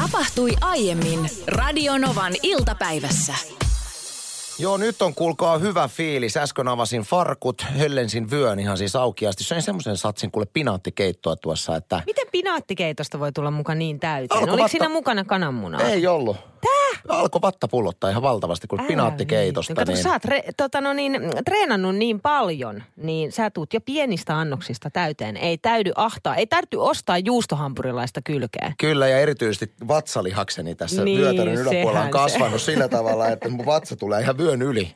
Tapahtui aiemmin Radionovan iltapäivässä. Joo, nyt on kuulkaa hyvä fiilis. Äsken avasin farkut, höllensin vyön ihan siis aukiasti. Söin semmoisen satsin kuule pinaattikeittoa tuossa, että... Miten pinaattikeitosta voi tulla mukaan niin täyteen? Oliko siinä mukana kananmunaa? Ei ollut. Tää? Alkoi vatta pullottaa ihan valtavasti kuin pinaattikeitosta. Kato, niin. Sä oot treenannut niin paljon, niin sä tuut jo pienistä annoksista täyteen. Ei täydy ostaa juustohampurilaista kylkeä. Kyllä, ja erityisesti vatsalihakseni tässä vyötärön yläpuolella on kasvanut sillä tavalla, että mun vatsa tulee ihan vyön yli.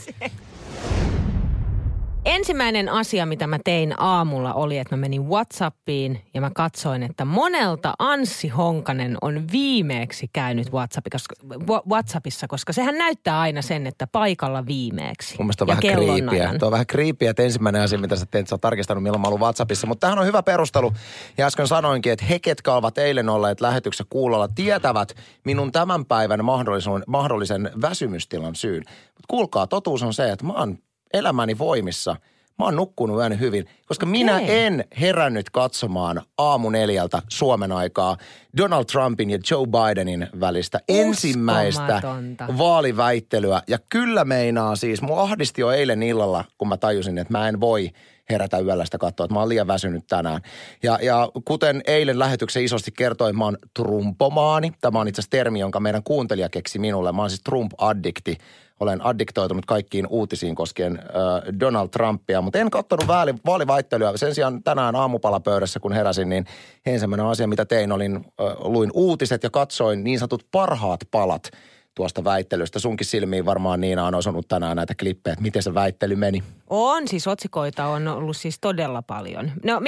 Ensimmäinen asia, mitä mä tein aamulla oli, että mä menin WhatsAppiin ja mä katsoin, että monelta Anssi Honkanen on viimeeksi käynyt WhatsAppissa, koska sehän näyttää aina sen, että paikalla viimeeksi. Mun mielestä on vähän kriipiä. Tuo on vähän kriipiä, että ensimmäinen asia, mitä sä teet, sä oot tarkistanut, milloin mä ollut WhatsAppissa. Mutta tämähän on hyvä perustelu. Ja äsken sanoinkin, että he, ketkä ovat eilen olleet lähetyksessä kuulolla, tietävät minun tämän päivän mahdollisen väsymystilan syyn. Mutta kuulkaa, totuus on se, että mä oon elämäni voimissa. Mä oon nukkunut yön hyvin, koska minä en herännyt katsomaan 4:00 Suomen aikaa Donald Trumpin ja Joe Bidenin välistä ensimmäistä vaaliväittelyä. Ja kyllä meinaa siis, mua ahdisti jo eilen illalla, kun mä tajusin, että mä en voi herätä yöllä sitä katsoa, että mä oon liian väsynyt tänään. Ja kuten eilen lähetyksen isosti kertoin, mä oon trumpomaani. Tämä on itse asiassa termi, jonka meidän kuuntelija keksi minulle. Mä oon siis Trump-addikti. Olen addiktoitunut kaikkiin uutisiin koskien Donald Trumpia, mutta en katsonut vaaliväittelyä. Sen sijaan tänään aamupalapöydässä, kun heräsin, niin ensimmäinen asia, mitä tein, luin uutiset ja katsoin niin sanotut parhaat palat tuosta väittelystä. Sunkin silmiin varmaan Niina on osunut tänään näitä klippejä, että miten se väittely meni. On, siis otsikoita on ollut siis todella paljon. No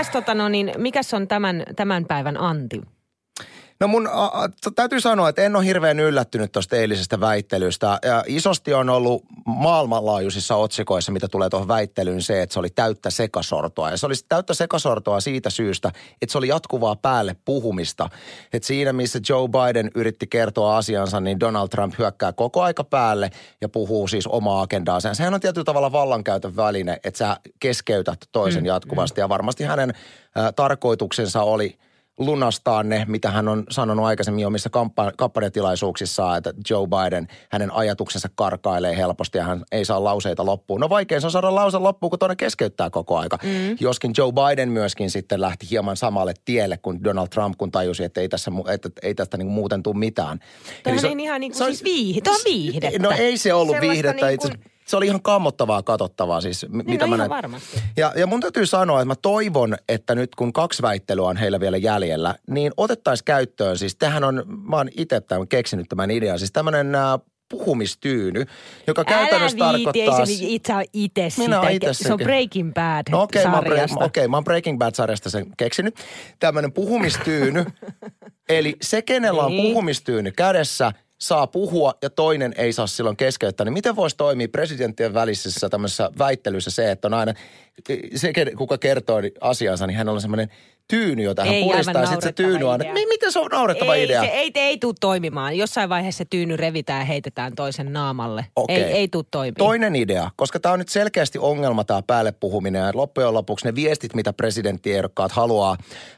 mikäs on tämän päivän anti? No mun täytyy sanoa, että en ole hirveän yllättynyt tuosta eilisestä väittelystä. Ja isosti on ollut maailmanlaajuisissa otsikoissa, mitä tulee tuohon väittelyyn, se, että se oli täyttä sekasortoa. Ja se oli täyttä sekasortoa siitä syystä, että se oli jatkuvaa päälle puhumista. Että siinä, missä Joe Biden yritti kertoa asiansa, niin Donald Trump hyökkää koko aika päälle ja puhuu siis omaa agendaansa. Sehän on tietyllä tavalla vallankäytön väline, että sä keskeytät toisen jatkuvasti. Ja varmasti hänen tarkoituksensa oli lunastaa ne, mitä hän on sanonut aikaisemmin omissa kampanjatilaisuuksissaan, että Joe Biden, hänen ajatuksensa karkailee helposti ja hän ei saa lauseita loppuun. No vaikein se on saada lause loppuun, kun toinen keskeyttää koko aika. Joskin Joe Biden myöskin sitten lähti hieman samalle tielle kuin Donald Trump, kun tajusi, että ei tästä niin muuten tule mitään. Tämä on ihan niin kuin siis viihdettä. Tämä on viihdettä. No ei se ollut viihdettä itse asiassa. Se oli ihan kammottavaa katsottavaa siis. Mitä ihan varmasti. Ja mun täytyy sanoa, että mä toivon, että nyt kun 2 väittelyä on heillä vielä jäljellä, niin otettaisiin käyttöön siis, mä oon itse keksinyt tämän idean, siis tämmöinen puhumistyyny, joka käytännössä tarkoittaa... Itse se on Breaking Bad-sarjasta. Okei, mä oon Breaking Bad-sarjasta sen keksinyt. Tämmöinen puhumistyyny, eli se, kenellä on puhumistyyny kädessä, saa puhua ja toinen ei saa silloin keskeyttää. Niin miten voisi toimia presidenttien välisessä tämmöisessä väittelyssä se, että on aina se, kuka kertoo asiansa, niin hän on semmoinen tyyny, jota hän puristaa. Sitten se tyyny on, että miten se on naurettava idea? Ei tule toimimaan. Jossain vaiheessa se tyyny revitään ja heitetään toisen naamalle. Ei tule toimimaan. Toinen idea, koska tämä on nyt selkeästi ongelma tämä päälle puhuminen. Ja loppujen lopuksi ne viestit, mitä presidenttiehdokkaat haluaa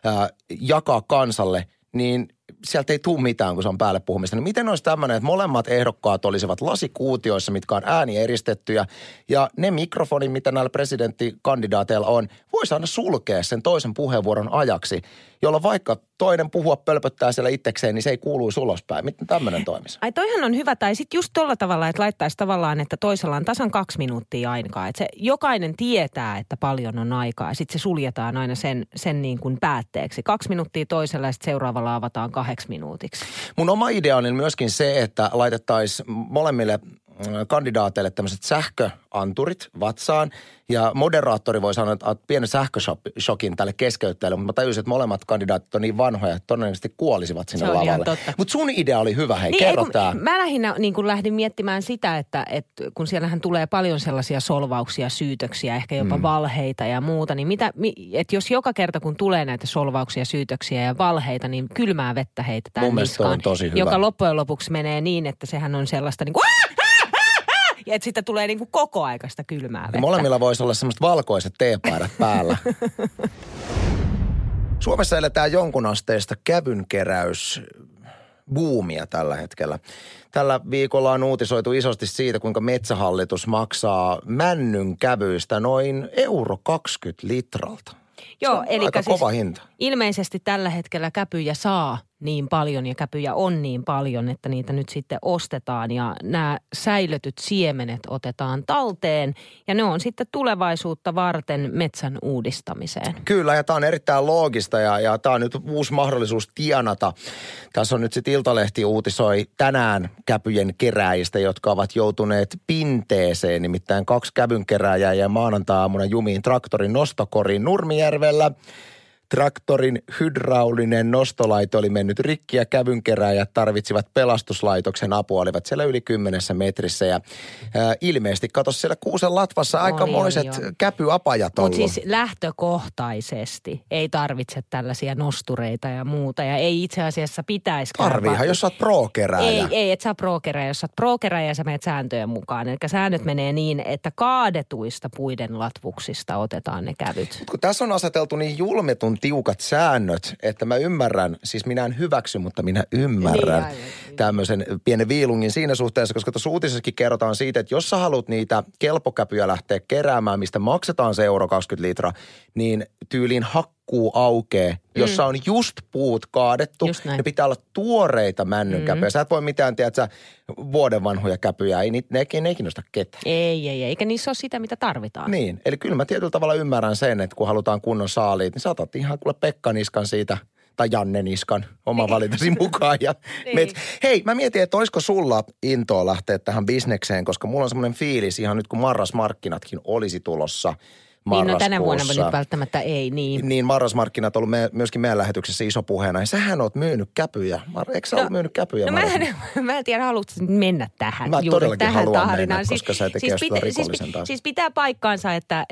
jakaa kansalle, niin sieltä ei tule mitään, kun se on päälle puhumista. Niin miten olisi tämmöinen, että molemmat ehdokkaat olisivat lasikuutioissa, mitkä on äänieristettyjä, ja ne mikrofonit, mitä näillä presidenttikandidaateilla on, voisi aina sulkea sen toisen puheenvuoron ajaksi, jolla vaikka toinen puhua pölpöttää siellä itsekseen, niin se ei kuuluisi ulospäin. Miten tämmöinen toimisi? Ai toihan on hyvä, tai sitten just tolla tavalla, että laittaisi tavallaan, että toisella on tasan 2 minuuttia aikaa. Että se jokainen tietää, että paljon on aikaa, ja sitten se suljetaan aina sen niin kuin päätteeksi. 2 minuuttia toisella, ja sitten seuraavalla avataan 2 minuutiksi. Mun oma idea on myöskin se, että laitettaisiin molemmille kandidaateille tämmöiset sähköanturit vatsaan. Ja moderaattori voi sanoa, että pienen sähköshokin tälle keskeyttäjälle, mutta mä tajusin, että molemmat kandidaatit on niin vanhoja, että todennäköisesti kuolisivat sinne lavalle. Mutta sun idea oli hyvä, hei, kerro tää. Mä lähdin miettimään sitä, että kun siellähän tulee paljon sellaisia solvauksia, syytöksiä, ehkä jopa valheita ja muuta, niin että jos joka kerta kun tulee näitä solvauksia, syytöksiä ja valheita, niin kylmää vettä heitetään mun niskaan. Mun mielestä on tosi hyvä. Joka loppujen lopuksi menee niin, että sehän on sellaista niin kuin ja että siitä tulee niin kuin koko aikaista kylmää vettä. Molemmilla voisi olla semmoiset valkoiset teepaidat päällä. Suomessa eletään jonkun asteista kävynkeräys buumia tällä hetkellä. Tällä viikolla on uutisoitu isosti siitä, kuinka Metsähallitus maksaa männyn kävyistä noin €20 litralta. Joo, eli aika siis kova hinta. ilmeisesti tällä hetkellä käpyjä saa niin paljon ja käpyjä on niin paljon, että niitä nyt sitten ostetaan ja nämä säilötyt siemenet otetaan talteen ja ne on sitten tulevaisuutta varten metsän uudistamiseen. Kyllä, ja tämä on erittäin loogista ja tämä on nyt uusi mahdollisuus tienata. Tässä on nyt sitten Iltalehti uutisoi tänään käpyjen keräjistä, jotka ovat joutuneet pinteeseen. Nimittäin 2 kävynkerääjää ja maanantai-aamuna jumiin traktorin nostokoriin Nurmijärvellä. Traktorin hydraulinen nostolaite oli mennyt rikki ja kävynkerääjät tarvitsivat pelastuslaitoksen apua. Olivat siellä yli 10 metrissä ja ilmeisesti katos siellä Kuusen latvassa aikamoiset käpyapajat ollut. Mutta siis lähtökohtaisesti ei tarvitse tällaisia nostureita ja muuta ja ei itse asiassa pitäisikään. Tarviihan, jos sä oot pro-kerääjä. Ei, et sä oot pro-kerääjä. Jos sä oot pro-kerääjä, sä menet sääntöjen mukaan. Eli säännöt menee niin, että kaadetuista puiden latvuksista otetaan ne kävyt. Mut kun tässä on aseteltu niin julmetun tiukat säännöt, että mä ymmärrän, siis minä en hyväksy, mutta minä ymmärrän tämmöisen pienen viilungin siinä suhteessa, koska tuossa uutisessakin kerrotaan siitä, että jos sä haluat niitä kelpokäpyjä lähteä keräämään, mistä maksetaan se €20 litraa, niin tyyliin hakkuu aukee, jossa on just puut kaadettu. Ne pitää olla tuoreita männynkäpyjä. Sä et voi mitään, tiedätkö, vuoden vanhoja käpyjä. Ne ei kiinnosta ketään. Ei. Eikä niissä ole sitä, mitä tarvitaan. Niin. Eli kyllä mä tietyllä tavalla ymmärrän sen, että kun halutaan kunnon saaliit, niin saatat ihan kuule Pekka Niskan siitä tai Janne Niskan oma valintasi mukaan. Ja Hei, mä mietin, että olisiko sulla intoa lähteä tähän bisnekseen, koska mulla on semmoinen fiilis ihan nyt kun marrasmarkkinatkin olisi tulossa niin, no tänä vuonna nyt välttämättä ei, niin. Niin, marrasmarkkinat on ollut myöskin meidän lähetyksessä iso puheena. Ja sähän oot myynyt käpyjä. Eikö sä ole myynyt käpyjä? No mä en tiedä, haluatko mennä tähän. Mä todellakin tähän haluan tahdinaan. mennä, koska sä tekee sitä rikollisempaa. Siis pitää paikkaansa, että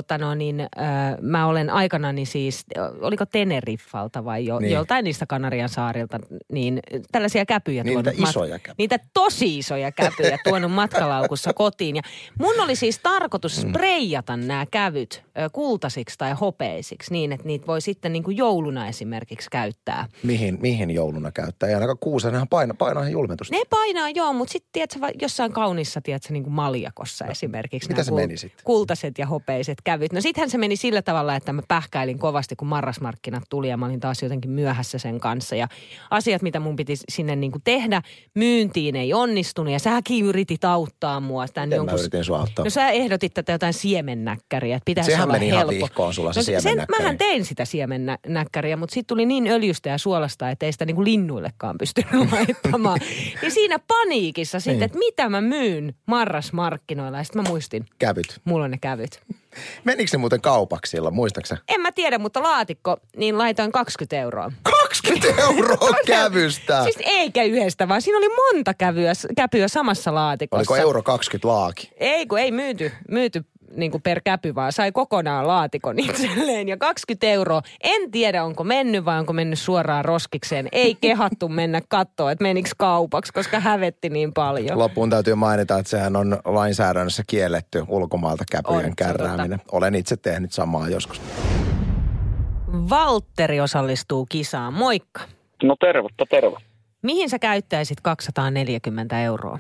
mä olen aikanani siis, oliko Teneriffalta vai joltain niistä Kanarian saarilta, niin tällaisia käpyjä niitä isoja käpyjä. Niitä tosi isoja käpyjä tuonut matkalaukussa kotiin. Ja mun oli siis tarkoitus spreijata nämä kävyt kultasiksi tai hopeisiksi niin, että niitä voi sitten niin kuin jouluna esimerkiksi käyttää. Mihin jouluna käyttää? Ei ainakaan Kuusen, nehän painaa julmetusta. Ne painaa joo, mutta sitten tiedätkö, jossain kaunissa, tiedätkö, niin kuin maljakossa esimerkiksi. Mitä se meni sitten? Kultaiset ja hopeiset kävyt. No sittenhän se meni sillä tavalla, että mä pähkäilin kovasti, kun marrasmarkkinat tuli ja mä olin taas jotenkin myöhässä sen kanssa. Ja asiat, mitä mun piti sinne niin kuin tehdä, myyntiin ei onnistunut ja säkin yritit auttaa mua. Miten mä yritin sua auttaa? No sä ehdotit tätä jotain siemennäkkäriä. Sehän meni ihan vihkoon sulla se siemennäkkäri. Mähän tein sitä siemennäkkäriä, mutta sitten tuli niin öljystä ja suolasta, että ei sitä niinku linnuillekaan pystynyt laittamaan. Ja siinä paniikissa sitten, että mitä mä myyn marrasmarkkinoilla. Ja sitten mä muistin. Kävyt. Mulla on ne kävyt. Menikö se muuten kaupaksi silloin, muistaaksä? En mä tiedä, mutta laatikko, niin laitoin 20 €. 20 € kävystä? Siis eikä yhdestä, vaan siinä oli monta käpyä samassa laatikossa. Oliko €20 laaki? Ei myyty niin kuin per käpy, vaan sai kokonaan laatikon itselleen ja 20 €. En tiedä, onko mennyt vai onko mennyt suoraan roskikseen. Ei kehattu mennä katsoa, että menikö kaupaksi, koska hävetti niin paljon. Loppuun täytyy mainita, että sehän on lainsäädännössä kielletty ulkomailta käpyjen kärrääminen. Olen itse tehnyt samaa joskus. Valtteri osallistuu kisaan. Moikka. No terve. Mihin sä käyttäisit 240 €?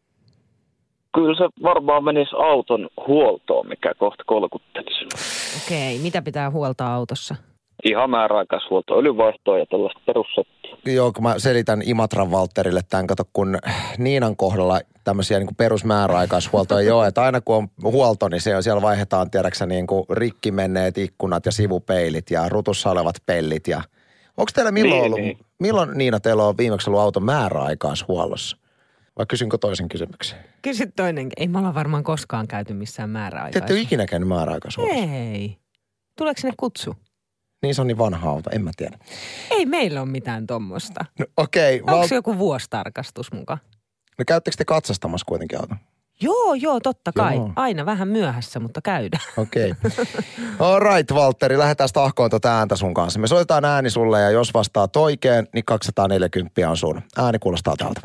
Kyllä se varmaan menisi auton huoltoon, mikä kohta kolkuttelisi. Okei, mitä pitää huoltaa autossa? Ihan määräaikaishuolto, öljynvaihtoa ja tällaista perussettiä. Joo, kun mä selitän Imatran Valtterille tämän, kato kun Niinan kohdalla tämmöisiä niin kuin perusmääräaikaishuoltoja ei ole. Että aina kun on huolto, niin siellä vaihdetaan tiedäksä niin kuin rikki menneet ikkunat ja sivupeilit ja rutussa olevat pellit. Ja onko teillä milloin Niina teillä on viimeksi ollut auton määräaikaishuollossa? Vai kysynkö toisen kysymyksen? Kysy toinen. Ei me olla varmaan koskaan käyty missään määräaikaisessa. Te ette ole ikinä käynyt määräaikaishuollossa? Ei. Tuleeko sinne kutsu? Niin se on niin vanha auto, en mä tiedä. Ei meillä ole mitään tommosta. No, okei. Onko joku vuositarkastus mukaan? No käyttekö te katsastamassa kuitenkin auton? Joo, totta kai. Joo. Aina vähän myöhässä, mutta käydään. Okei. All right, Valtteri, lähdetään tahkoon tuota ääntä sun kanssa. Me soitetaan ääni sulle ja jos vastaat oikein, niin 240 on sun. Ääni kuulostaa täältä.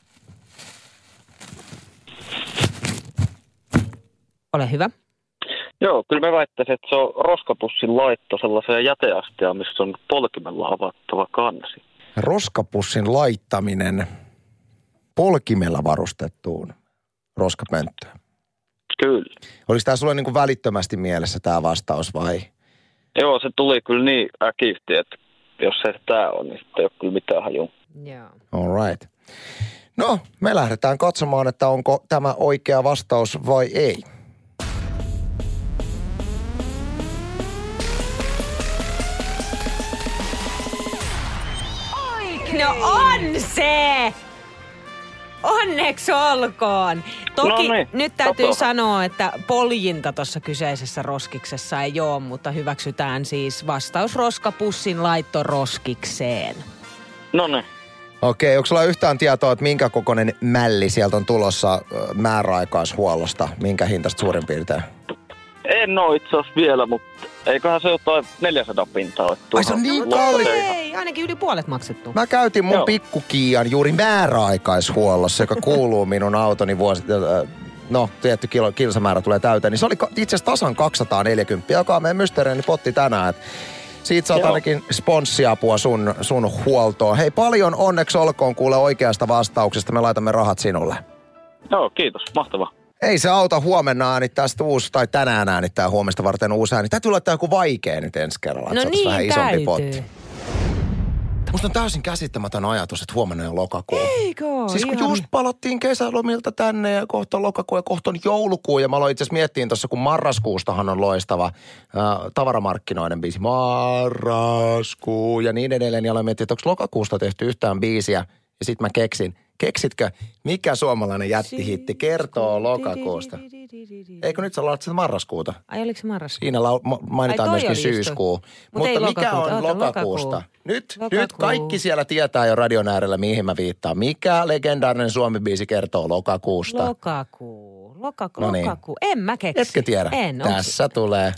Ole hyvä. Joo, kyllä me väittäisin, että se on roskapussin laitto sellaiseen jäteastiaan, missä on polkimella avattava kansi. Roskapussin laittaminen polkimella varustettuun roskapönttöön. Kyllä. Oliko tämä sulle niin kuin välittömästi mielessä tämä vastaus vai? Joo, se tuli kyllä niin äkisti, että jos se tämä on, niin sitten ei ole kyllä mitään hajua. Joo. All right. No, me lähdetään katsomaan, että onko tämä oikea vastaus vai ei. No on se! Onneksi olkoon. Toki nyt täytyy sanoa, että poljinta tuossa kyseisessä roskiksessa ei ole, mutta hyväksytään siis vastaus roskapussin laitto roskikseen. No niin. Okei, onko sulla yhtään tietoa, että minkä kokoinen mälli sieltä on tulossa määräaikaishuollosta? Minkä hintasta suurin piirtein? En ole itse asiassa vielä, mutta eiköhän se jotain 400 pintaa ole. Ai se on niin kallis. Ei, ainakin yli puolet maksettu. Mä käytin mun pikkukiian juuri määräaikaishuollossa, joka kuuluu minun autoni tietty kilsamäärä tulee täyteen. Niin se oli itse asiassa tasan 240, joka on meidän mysteereeni potti tänään. Siitä saat ainakin sponssiapua sun huoltoon. Hei, paljon onneksi olkoon kuule oikeasta vastauksesta. Me laitamme rahat sinulle. Joo, kiitos. Mahtavaa. Ei se auta, huomenna äänittää tai tänään äänittää huomista varten uusi ääni. Täytyy laittaa joku vaikea nyt ensi kerralla. No niin, vähän isompi täytyy. potti. Musta on täysin käsittämätön ajatus, että huomenna on lokakuu. Eikö? Siis kun just palattiin kesälomilta tänne ja kohta on lokakuu ja kohta on joulukuu. Ja mä aloin itse asiassa miettiin tuossa, kun marraskuustahan on loistava tavaramarkkinoiden biisi. Marraskuu ja niin edelleen. Ja aloin miettiä, että onko lokakuusta tehty yhtään biisiä. Ja sit mä keksin. Keksitkö, mikä suomalainen jättihitti kertoo lokakuusta? Eikö nyt sä laat sitä marraskuuta? Ai oliko se marraskuu? Siinä mainitaan myöskin syyskuu. Mutta mikä on lokakuusta? Nyt kaikki siellä tietää jo radion äärellä, mihin mä viittaan. Mikä legendaarinen Suomi-biisi kertoo lokakuusta? Lokakuu. No niin. Lokakuu. En mä keksi. Etkö tiedä? En. Tässä tulee.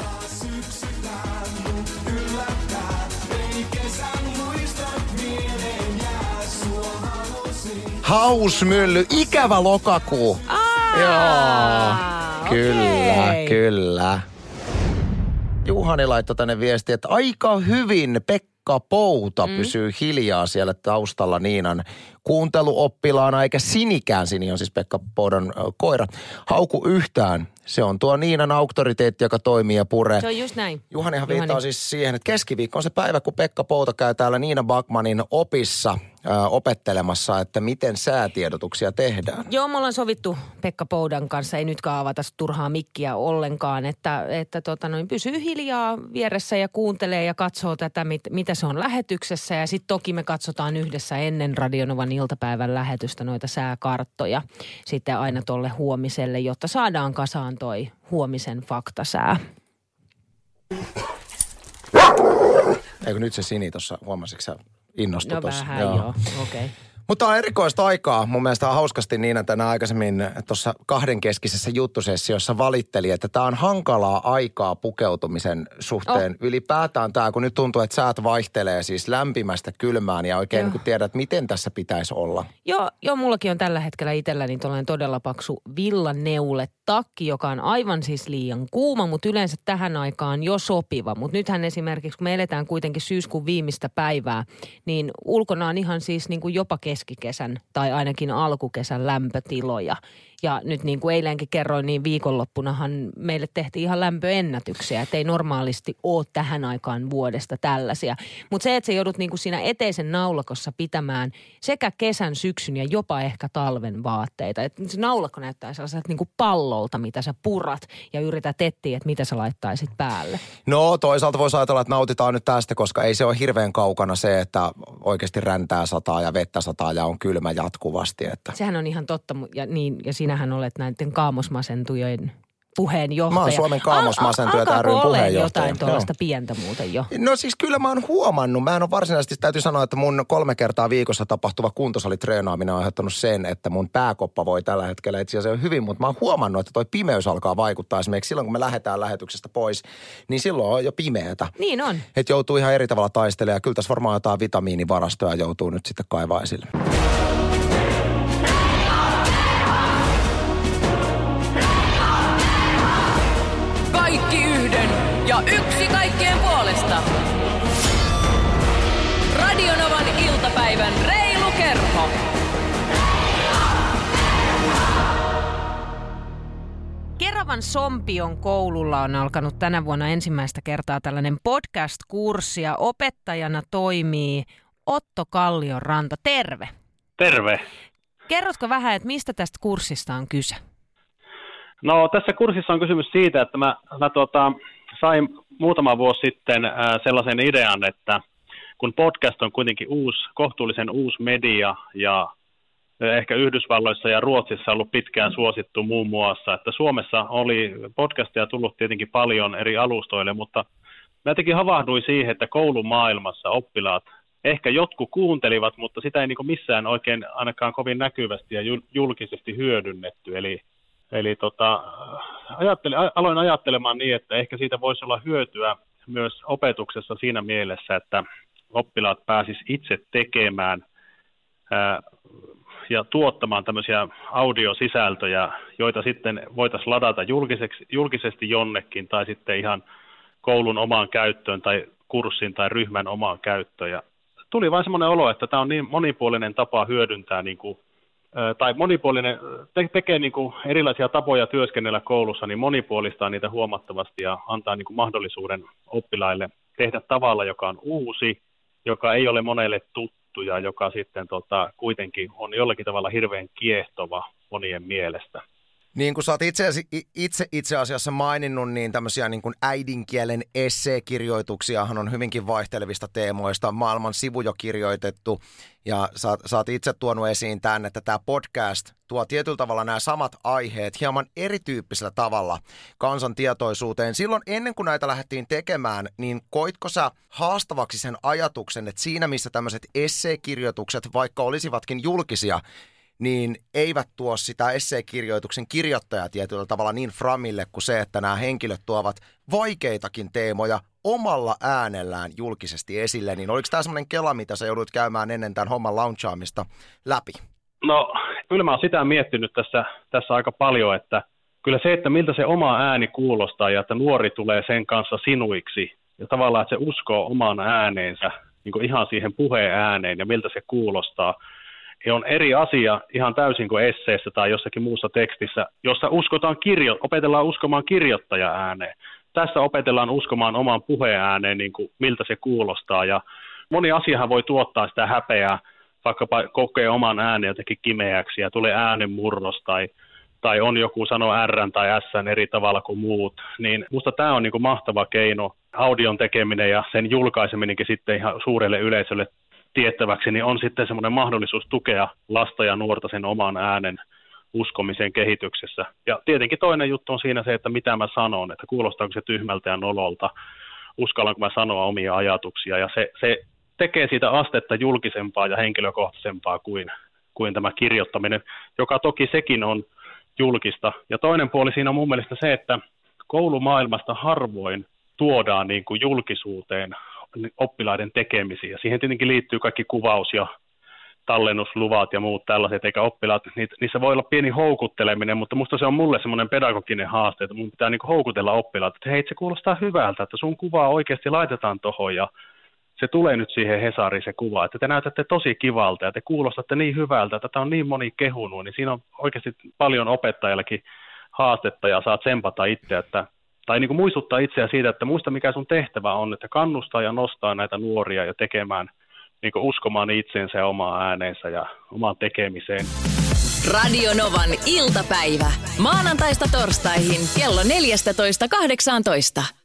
Hausmylly, ikävä lokakuu. Joo, kyllä. Juhani laittoi tänne viesti, että aika hyvin Pekka Pouta pysyy hiljaa siellä taustalla Niinan kuunteluoppilaana, eikä Sinikään, Sini on siis Pekka Poudan koira, hauku yhtään. Se on tuo Niinan auktoriteetti, joka toimii ja puree. Se on just näin. Juhanihan viittaa siis siihen, että keskiviikko on se päivä, kun Pekka Pouta käy täällä Niina Backmanin opissa opettelemassa, että miten säätiedotuksia tehdään. Joo, me ollaan sovittu Pekka Poudan kanssa, ei nytkään avata turhaa mikkiä ollenkaan, että pysyy hiljaa vieressä ja kuuntelee ja katsoo tätä, mitä se on lähetyksessä. Ja sitten toki me katsotaan yhdessä ennen Radionovan iltapäivän lähetystä noita sääkarttoja sitten aina tolle huomiselle, jotta saadaan kasaan toi huomisen faktasää. Eikö nyt se Sini tuossa, huomasitko sä innostui tuossa? No vähän joo, okei. Okay. Mutta on erikoista aikaa. Mun mielestä on hauskasti Niina tänään aikaisemmin tuossa kahdenkeskisessä juttusessiossa valitteli, että tämä on hankalaa aikaa pukeutumisen suhteen. Ylipäätään tämä, kun nyt tuntuu, että säät vaihtelee siis lämpimästä kylmään ja oikein kun tiedät, miten tässä pitäisi olla. Joo, mullakin on tällä hetkellä itselläni todella paksu villaneuletakki, joka on aivan siis liian kuuma, mutta yleensä tähän aikaan jo sopiva. Mutta nythän esimerkiksi, kun me eletään kuitenkin syyskuun viimeistä päivää, niin ulkona on ihan siis niin kuin jopa keskikesän tai ainakin alkukesän lämpötiloja. Ja nyt niin kuin eilenkin kerroin, niin viikonloppunahan meille tehtiin ihan lämpöennätyksiä, että ei normaalisti ole tähän aikaan vuodesta tällaisia. Mutta se, että sä joudut niin kuin siinä eteisen naulakossa pitämään sekä kesän, syksyn ja jopa ehkä talven vaatteita. Että se naulakko näyttää sellaiselta niin kuin pallolta, mitä sä purat ja yrität etsiä, että mitä sä laittaisit päälle. No toisaalta voisi ajatella, että nautitaan nyt tästä, koska ei se ole hirveän kaukana se, että oikeasti räntää sataa ja vettä sataa ja on kylmä jatkuvasti. Että. Sehän on ihan totta ja sinähän olet näiden kaamosmasentujojen puheenjohtaja. Mä oon Suomen kaamosmasentuja ry:n puheenjohtaja. Jotain tuollaista pientä muuten jo? No siis kyllä mä oon huomannut. Mä en ole varsinaisesti, täytyy sanoa, että mun 3 kertaa viikossa tapahtuva kuntosalitreenaaminen on aiheuttanut sen, että mun pääkoppa voi tällä hetkellä itse asiassa hyvin, mutta mä oon huomannut, että toi pimeys alkaa vaikuttaa. Esimerkiksi silloin, kun me lähdetään lähetyksestä pois, niin silloin on jo pimeätä. Niin on. Että joutuu ihan eri tavalla taistelemaan ja kyllä tässä varmaan jotain vitamiinivarastoja joutuu nyt sitten kaivaa esille. ja yksi kaikkien puolesta. Radio Novan iltapäivän reilu kerho. Keravan Sompion koululla on alkanut tänä vuonna ensimmäistä kertaa tällainen podcast-kurssi ja opettajana toimii Otto Kallionranta. Terve. Terve. Kerrotko vähän, että mistä tästä kurssista on kyse? No tässä kurssissa on kysymys siitä, että mä sain muutama vuosi sitten sellaisen idean, että kun podcast on kuitenkin kohtuullisen uusi media ja ehkä Yhdysvalloissa ja Ruotsissa ollut pitkään suosittu muun muassa, että Suomessa oli podcastia tullut tietenkin paljon eri alustoille, mutta mä jotenkin havahduin siihen, että koulumaailmassa oppilaat ehkä jotkut kuuntelivat, mutta sitä ei niin kuin missään oikein ainakaan kovin näkyvästi ja julkisesti hyödynnetty. Eli aloin ajattelemaan niin, että ehkä siitä voisi olla hyötyä myös opetuksessa siinä mielessä, että oppilaat pääsis itse tekemään ja tuottamaan tämmöisiä audiosisältöjä, joita sitten voitaisiin ladata julkisesti jonnekin tai sitten ihan koulun omaan käyttöön tai kurssin tai ryhmän omaan käyttöön. Ja tuli vain semmoinen olo, että tämä on niin monipuolinen tapa hyödyntää, tai monipuolinen, tekee niin kuin erilaisia tapoja työskennellä koulussa, niin monipuolistaa niitä huomattavasti ja antaa niin kuin mahdollisuuden oppilaille tehdä tavalla, joka on uusi, joka ei ole monelle tuttu ja joka sitten kuitenkin on jollakin tavalla hirveän kiehtova monien mielestä. Niin kuin sä oot itse asiassa maininnut, niin tämmöisiä niin kuin äidinkielen esseekirjoituksiahan on hyvinkin vaihtelevista teemoista. Maailman sivu jo kirjoitettu ja sä oot itse tuonut esiin tämän, että tämä podcast tuo tietyllä tavalla nämä samat aiheet hieman erityyppisellä tavalla kansan tietoisuuteen. Silloin ennen kuin näitä lähdettiin tekemään, niin koitko sä haastavaksi sen ajatuksen, että siinä missä tämmöiset esseekirjoitukset, vaikka olisivatkin julkisia, niin eivät tuo sitä esseekirjoituksen kirjoittajaa tietyllä tavalla niin framille kuin se, että nämä henkilöt tuovat vaikeitakin teemoja omalla äänellään julkisesti esille. Niin oliko tämä semmoinen kela, mitä sä joudut käymään ennen tämän homman launchaamista läpi? No, kyllä mä oon sitä miettinyt tässä aika paljon, että kyllä se, että miltä se oma ääni kuulostaa ja että nuori tulee sen kanssa sinuiksi ja tavallaan, että se uskoo omaan ääneensä, niin kuin ihan siihen puheen ääneen ja miltä se kuulostaa, on eri asia ihan täysin kuin esseessä tai jossakin muussa tekstissä, jossa opetellaan uskomaan kirjoittaja ääneen. Tässä opetellaan uskomaan omaan puheen ääneen, niin kuin miltä se kuulostaa. Ja moni asiahan voi tuottaa sitä häpeää, vaikkapa kokee oman äänen jotenkin kimeäksi ja tulee äänenmurros tai on joku sanoo R tai S eri tavalla kuin muut. Niin musta tämä on niin kuin mahtava keino, audion tekeminen ja sen julkaiseminenkin sitten ihan suurelle yleisölle tiettäväksi, niin on sitten semmoinen mahdollisuus tukea lasta ja nuorta sen oman äänen uskomisen kehityksessä. Ja tietenkin toinen juttu on siinä se, että mitä mä sanon, että kuulostaako se tyhmältä ja nololta, uskallanko mä sanoa omia ajatuksia, ja se tekee siitä astetta julkisempaa ja henkilökohtaisempaa kuin tämä kirjoittaminen, joka toki sekin on julkista. Ja toinen puoli siinä on mun mielestä se, että koulumaailmasta harvoin tuodaan niin kuin julkisuuteen oppilaiden tekemisiä. Siihen tietenkin liittyy kaikki kuvaus- ja tallennusluvat ja muut tällaiset, eikä oppilaat, niissä voi olla pieni houkutteleminen, mutta musta se on mulle semmoinen pedagoginen haaste, että mun pitää niinku houkutella oppilaat, että hei, se kuulostaa hyvältä, että sun kuvaa oikeasti laitetaan tohon ja se tulee nyt siihen Hesariin se kuva, että te näytätte tosi kivalta ja te kuulostatte niin hyvältä, että tätä on niin moni kehunut, niin siinä on oikeasti paljon opettajallakin haastetta ja saat tsempata itse, tai niin kuin muistuttaa itseä siitä, että muista mikä sun tehtävä on, että kannustaa ja nostaa näitä nuoria ja tekemään, niin kuin uskomaan itseensä ja omaan ääneensä ja omaan tekemiseen. Radio Novan iltapäivä. Maanantaista torstaihin kello 14.18.